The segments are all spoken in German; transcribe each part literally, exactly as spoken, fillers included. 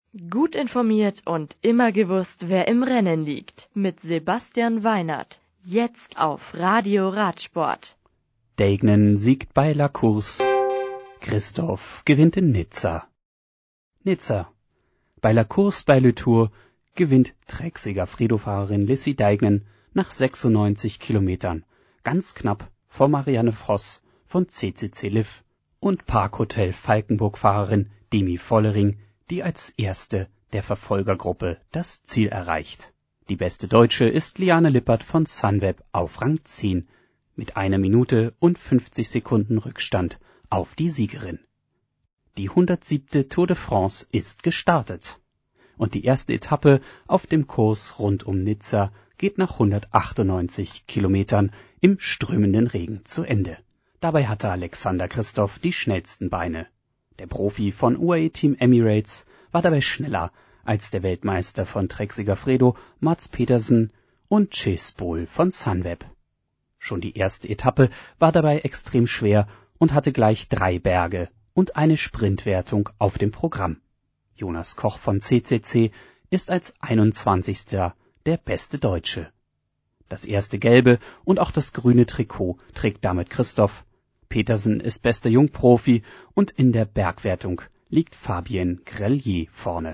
Gut informiert und immer gewusst, wer im Rennen liegt. Mit Sebastian Weinert. Jetzt auf Radio Radsport. Deignan siegt bei La Course. Christoph gewinnt in Nizza. Nizza. Bei La Course bei Le Tour gewinnt Trek-Segafredo-Fahrerin Lizzie Deignan nach sechsundneunzig Kilometern. Ganz knapp vor Marianne Vos von C C C Liv und Parkhotel Falkenburg-Fahrerin Demi Vollering, die als erste der Verfolgergruppe das Ziel erreicht. Die beste Deutsche ist Liane Lippert von Sunweb auf Rang zehn mit einer Minute und fünfzig Sekunden Rückstand auf die Siegerin. Die hundertsiebte Tour de France ist gestartet und die erste Etappe auf dem Kurs rund um Nizza geht nach hundertachtundneunzig Kilometern im strömenden Regen zu Ende. Dabei hatte Alexander Kristoff die schnellsten Beine. Der Profi von U A E Team Emirates war dabei schneller als der Weltmeister von Trek Segafredo Mads Pedersen und Chase Bohl von Sunweb. Schon die erste Etappe war dabei extrem schwer und hatte gleich drei Berge und eine Sprintwertung auf dem Programm. Jonas Koch von C C C ist als einundzwanzigster der beste Deutsche. Das erste gelbe und auch das grüne Trikot trägt damit Kristoff. Pedersen ist bester Jungprofi und in der Bergwertung liegt Fabien Grelier vorne.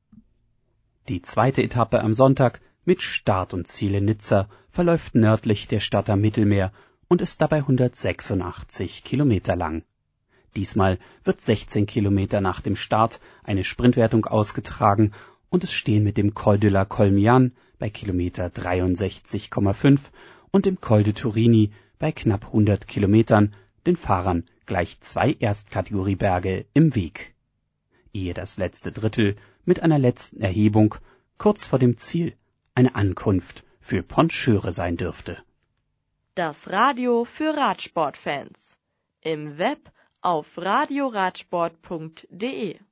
Die zweite Etappe am Sonntag mit Start und Ziel in Nizza verläuft nördlich der Stadt am Mittelmeer und ist dabei hundertsechsundachtzig Kilometer lang. Diesmal wird sechzehn Kilometer nach dem Start eine Sprintwertung ausgetragen und es stehen mit dem Col de la Colmiane bei Kilometer dreiundsechzig Komma fünf und dem Col de Turini bei knapp hundert Kilometern den Fahrern gleich zwei Erstkategorieberge im Weg. Ehe das letzte Drittel mit einer letzten Erhebung kurz vor dem Ziel eine Ankunft für Poncheure sein dürfte. Das Radio für Radsportfans. Im Web auf radioradsport punkt de